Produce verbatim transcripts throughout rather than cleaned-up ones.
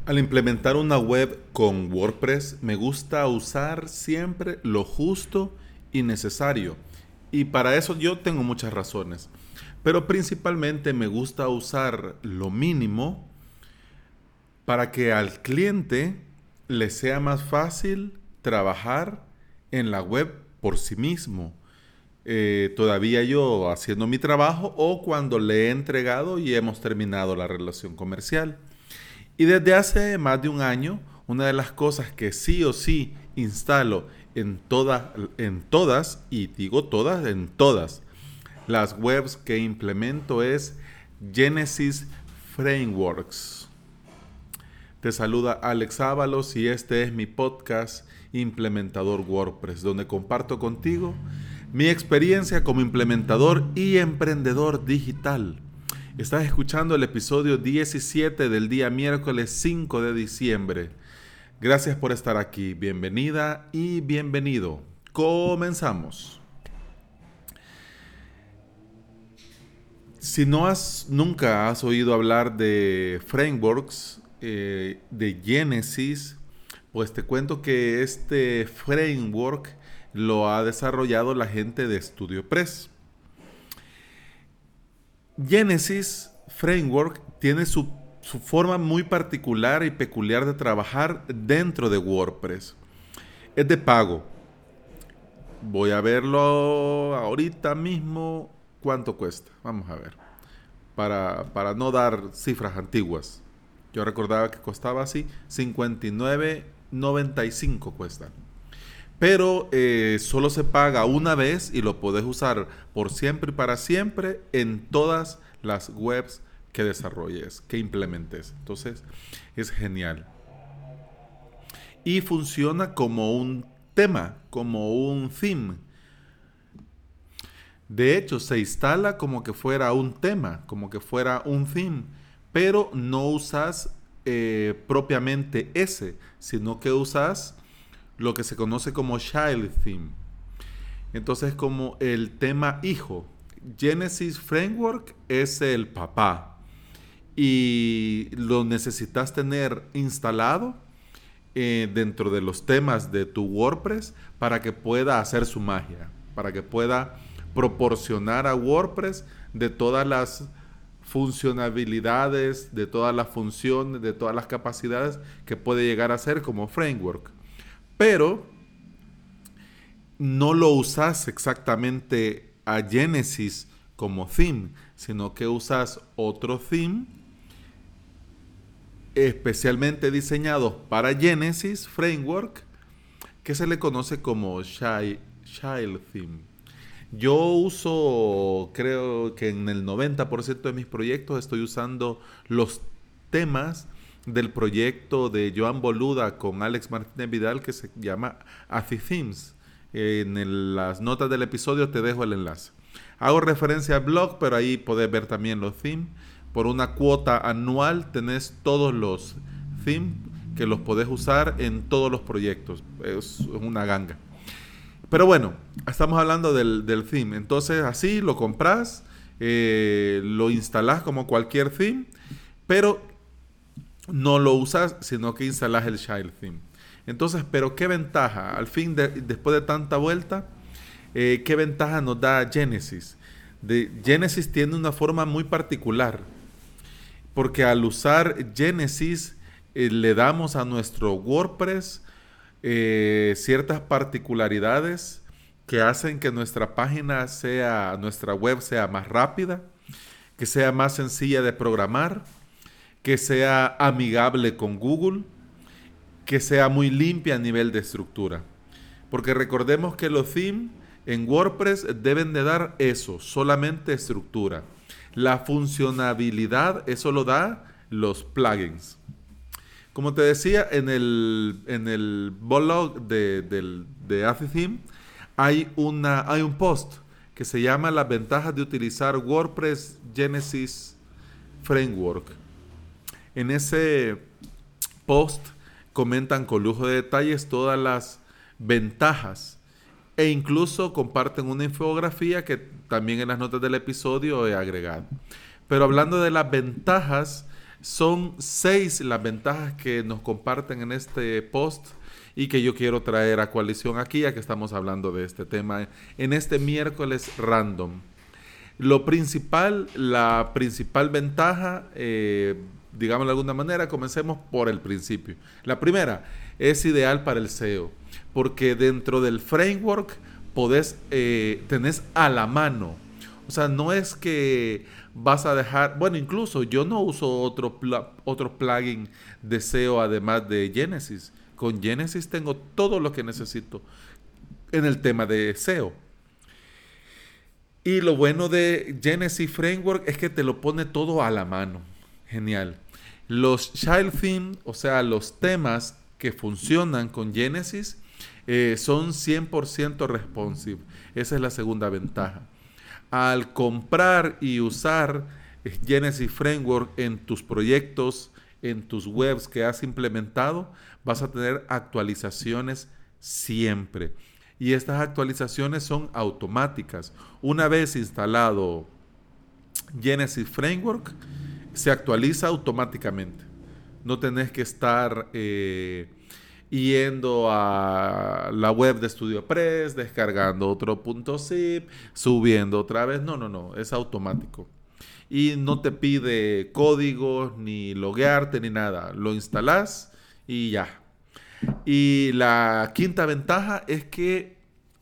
Al implementar una web con WordPress, me gusta usar siempre lo justo y necesario. Y para eso yo tengo muchas razones. Pero principalmente me gusta usar lo mínimo para que al cliente le sea más fácil trabajar en la web por sí mismo. Eh, todavía yo haciendo mi trabajo o cuando le he entregado y hemos terminado la relación comercial. Y desde hace más de un año, una de las cosas que sí o sí instalo en, toda, en todas, y digo todas, en todas las webs que implemento es Genesis Frameworks. Te saluda Alex Ábalos y este es mi podcast Implementador WordPress, donde comparto contigo mi experiencia como implementador y emprendedor digital. Estás escuchando el episodio diecisiete del día miércoles cinco de diciembre. Gracias por estar aquí. Bienvenida y bienvenido. Comenzamos. Si no has, nunca has oído hablar de frameworks, eh, de Genesis, pues te cuento que este framework lo ha desarrollado la gente de StudioPress. Genesis Framework tiene su, su forma muy particular y peculiar de trabajar dentro de WordPress. Es de pago. Voy a verlo ahorita mismo. ¿Cuánto cuesta? Vamos a ver. Para, para no dar cifras antiguas. Yo recordaba que costaba así. cincuenta y nueve noventa y cinco cuesta. Pero eh, solo se paga una vez y lo podés usar por siempre y para siempre en todas las webs que desarrolles, que implementes. Entonces, es genial. Y funciona como un tema, como un theme. De hecho, se instala como que fuera un tema, como que fuera un theme, pero no usas eh, propiamente ese, sino que usas lo que se conoce como Child Theme. Entonces, como el tema hijo. Genesis Framework es el papá y lo necesitas tener instalado eh, dentro de los temas de tu WordPress para que pueda hacer su magia, para que pueda proporcionar a WordPress de todas las funcionalidades, de todas las funciones, de todas las capacidades que puede llegar a ser como framework. Pero no lo usas exactamente a Genesis como theme, sino que usas otro theme especialmente diseñado para Genesis Framework que se le conoce como Child, Child Theme. Yo uso, creo que en el noventa por ciento de mis proyectos estoy usando los temas del proyecto de Joan Boluda con Alex Martínez Vidal que se llama AciThemes. En el, las notas del episodio te dejo el enlace. Hago referencia al blog, pero ahí podés ver también los themes. Por una cuota anual tenés todos los themes que los podés usar en todos los proyectos. Es una ganga. Pero bueno, estamos hablando del, del theme. Entonces así lo compras, eh, lo instalás como cualquier theme, pero no lo usas, sino que instalas el Child Theme. Entonces, ¿pero qué ventaja? Al fin, de, después de tanta vuelta, eh, ¿qué ventaja nos da Genesis? De, Genesis tiene una forma muy particular, porque al usar Genesis eh, le damos a nuestro WordPress eh, ciertas particularidades que hacen que nuestra página sea, nuestra web sea más rápida, que sea más sencilla de programar, que sea amigable con Google, que sea muy limpia a nivel de estructura. Porque recordemos que los themes en WordPress deben de dar eso, solamente estructura. La funcionalidad, eso lo da los plugins. Como te decía, en el, en el blog de, de, de AciTheme hay, una, hay un post que se llama Las ventajas de utilizar WordPress Genesis Framework. En ese post comentan con lujo de detalles todas las ventajas e incluso comparten una infografía que también en las notas del episodio he agregado. Pero hablando de las ventajas, Son seis las ventajas que nos comparten en este post y que yo quiero traer a coalición aquí, ya que estamos hablando de este tema en este miércoles random. Lo principal, la principal ventaja, eh, digamos de alguna manera, comencemos por el principio. La primera, es ideal para el S E O, porque dentro del framework podés, eh, tenés a la mano. O sea, no es que vas a dejar, bueno, incluso yo no uso otro, pl otro plugin de S E O además de Genesis. Con Genesis tengo todo lo que necesito en el tema de S E O. Y lo bueno de Genesis Framework es que te lo pone todo a la mano. Genial. Los Child Theme, o sea, los temas que funcionan con Genesis, eh, son cien por ciento responsive. Esa es la segunda ventaja. Al comprar y usar Genesis Framework en tus proyectos, en tus webs que has implementado, vas a tener actualizaciones siempre. Y estas actualizaciones son automáticas. Una vez instalado Genesis Framework, se actualiza automáticamente. No tenés que estar eh, yendo a la web de StudioPress, descargando otro punto zip, subiendo otra vez. No, no, no. Es automático. Y no te pide códigos, ni loguearte, ni nada. Lo instalás y ya. Y la quinta ventaja es que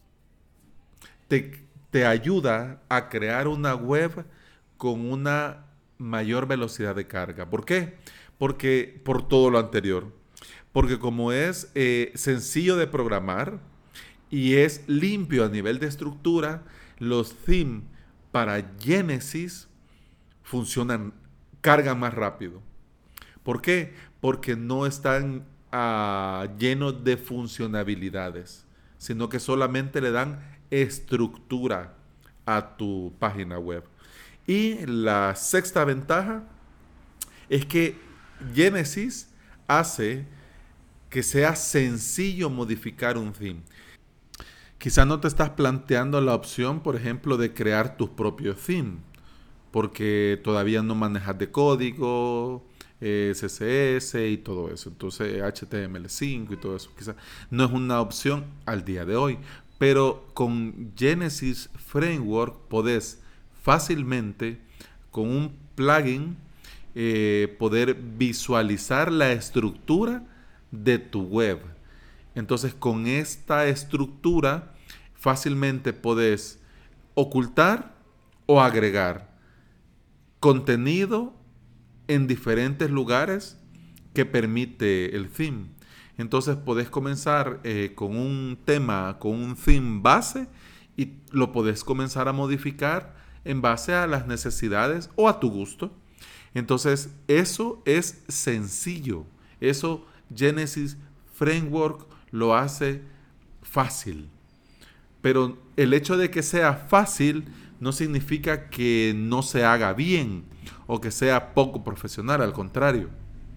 te, te ayuda a crear una web con una mayor velocidad de carga. ¿Por qué? Porque por todo lo anterior. Porque como es eh, sencillo de programar y es limpio a nivel de estructura, los themes para Genesis funcionan, cargan más rápido. ¿Por qué? Porque no están uh, llenos de funcionalidades, sino que solamente le dan estructura a tu página web. Y la sexta ventaja es que Genesis hace que sea sencillo modificar un theme. Quizá no te estás planteando la opción, por ejemplo, de crear tus propios themes, porque todavía no manejas de código, eh, C S S y todo eso. Entonces H T M L cinco y todo eso. Quizá no es una opción al día de hoy. Pero con Genesis Framework podés fácilmente, con un plugin, eh, poder visualizar la estructura de tu web. Entonces con esta estructura fácilmente podés ocultar o agregar contenido en diferentes lugares que permite el theme. Entonces podés comenzar eh, con un tema, con un theme base, y lo podés comenzar a modificar en base a las necesidades o a tu gusto. Entonces eso es sencillo. Eso Genesis Framework lo hace fácil. Pero el hecho de que sea fácil no significa que no se haga bien o que sea poco profesional. Al contrario,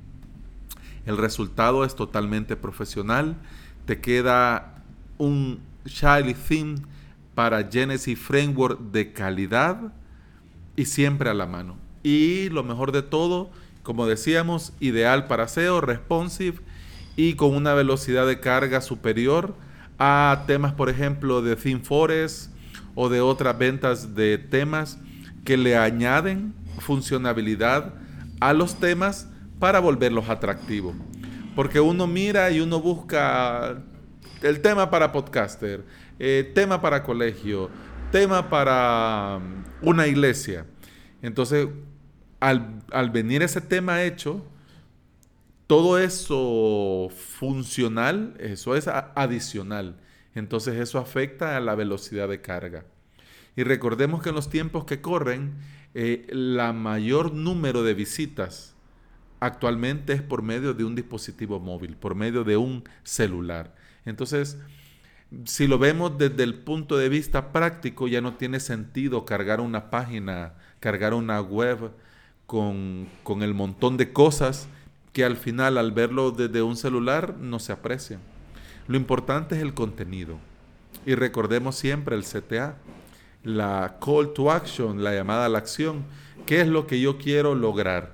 el resultado es totalmente profesional. Te queda un child theme para Genesis Framework de calidad y siempre a la mano. Y lo mejor de todo, como decíamos, ideal para S E O, responsive y con una velocidad de carga superior a temas, por ejemplo, de ThemeForest o de otras ventas de temas que le añaden funcionalidad a los temas para volverlos atractivos. Porque uno mira y uno busca el tema para podcaster, eh, tema para colegio, tema para um, una iglesia. Entonces, al, al venir ese tema hecho, todo eso funcional, eso es adicional. Entonces eso afecta a la velocidad de carga. Y recordemos que en los tiempos que corren, eh, la mayor número de visitas actualmente es por medio de un dispositivo móvil, por medio de un celular. Entonces, si lo vemos desde el punto de vista práctico, ya no tiene sentido cargar una página, cargar una web con, con el montón de cosas que al final, al verlo desde un celular, no se aprecian. Lo importante es el contenido. Y recordemos siempre el C T A, la call to action, la llamada a la acción. ¿Qué es lo que yo quiero lograr?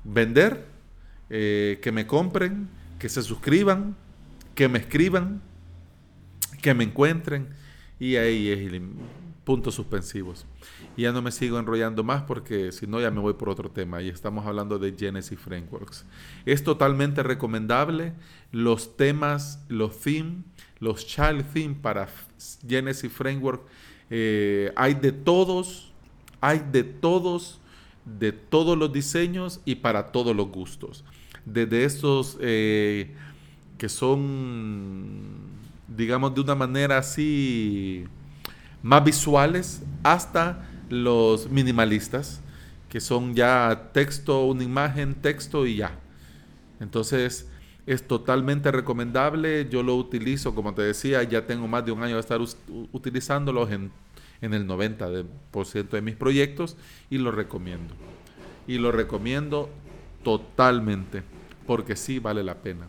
vender, eh, que me compren, que se suscriban, que me escriban, que me encuentren, y ahí es el puntos suspensivos. Y ya no me sigo enrollando más porque si no ya me voy por otro tema y estamos hablando de Genesis Frameworks. Es totalmente recomendable los temas, los themes, los child themes para Genesis Framework. Eh, hay de todos, hay de todos, de todos los diseños y para todos los gustos. Desde estos eh, que son, digamos, de una manera así más visuales, hasta los minimalistas, que son ya texto, una imagen, texto y ya. Entonces, es totalmente recomendable. Yo lo utilizo, como te decía, ya tengo más de un año de estar us- utilizándolos en, en el noventa por ciento de mis proyectos y lo recomiendo. Y lo recomiendo totalmente, porque sí vale la pena.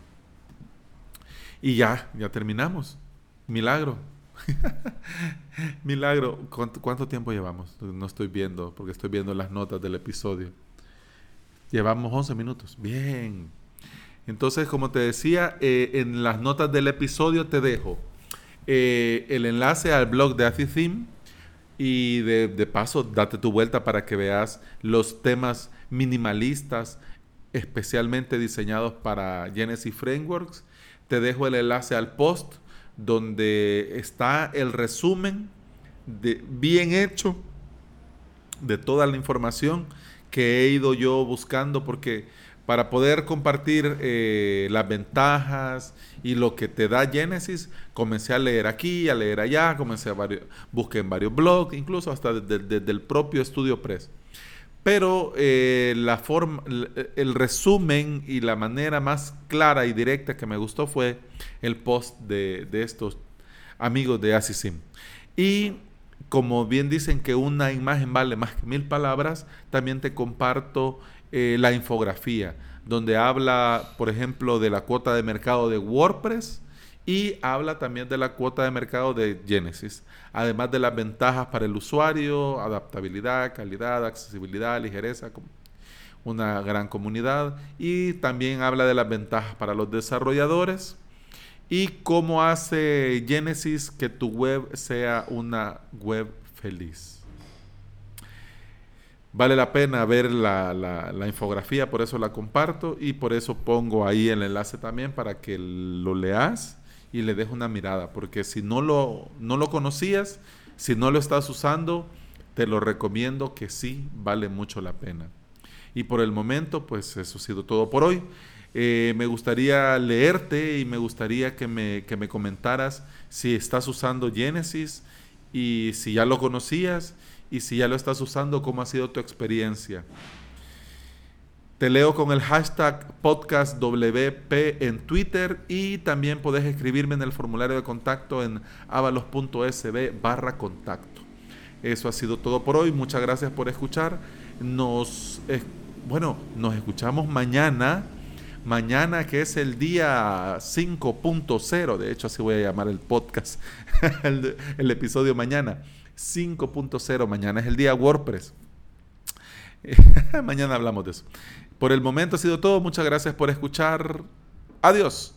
Y ya, ya terminamos. Milagro. Milagro. ¿Cuánto, ¿Cuánto tiempo llevamos? No estoy viendo, porque estoy viendo las notas del episodio. Llevamos once minutos. Bien. Entonces, como te decía, eh, en las notas del episodio te dejo eh, el enlace al blog de AciTheme y de, de paso date tu vuelta para que veas los temas minimalistas especialmente diseñados para Genesis Frameworks. Te dejo el enlace al post donde está el resumen de, bien hecho de toda la información que he ido yo buscando, porque para poder compartir eh, las ventajas y lo que te da Genesis, comencé a leer aquí, a leer allá, comencé a varios, busqué en varios blogs, incluso hasta desde, desde el propio StudioPress. Pero eh, la forma, el resumen y la manera más clara y directa que me gustó fue el post de, de estos amigos de AciTheme. Y como bien dicen que una imagen vale más que mil palabras, también te comparto eh, la infografía, donde habla, por ejemplo, de la cuota de mercado de WordPress y habla también de la cuota de mercado de Genesis, además de las ventajas para el usuario, adaptabilidad, calidad, accesibilidad, ligereza, una gran comunidad, y también habla de las ventajas para los desarrolladores y cómo hace Genesis que tu web sea una web feliz. Vale la pena ver la, la, la infografía, por eso la comparto y por eso pongo ahí el enlace también para que lo leas y le des una mirada, porque si no lo, no lo conocías, si no lo estás usando, te lo recomiendo que sí vale mucho la pena. Y por el momento, pues eso ha sido todo por hoy. Eh, me gustaría leerte y me gustaría que me, que me comentaras si estás usando Genesis y si ya lo conocías y si ya lo estás usando, cómo ha sido tu experiencia. Te leo con el hashtag podcast W P en Twitter y también podés escribirme en el formulario de contacto en avalos.sb barra contacto. Eso ha sido todo por hoy. Muchas gracias por escuchar. Nos, eh, bueno, nos escuchamos mañana. Mañana que es el día cinco punto cero. De hecho, así voy a llamar el podcast. el, el episodio mañana. cinco punto cero. Mañana es el día WordPress. Mañana hablamos de eso. Por el momento ha sido todo. Muchas gracias por escuchar. Adiós.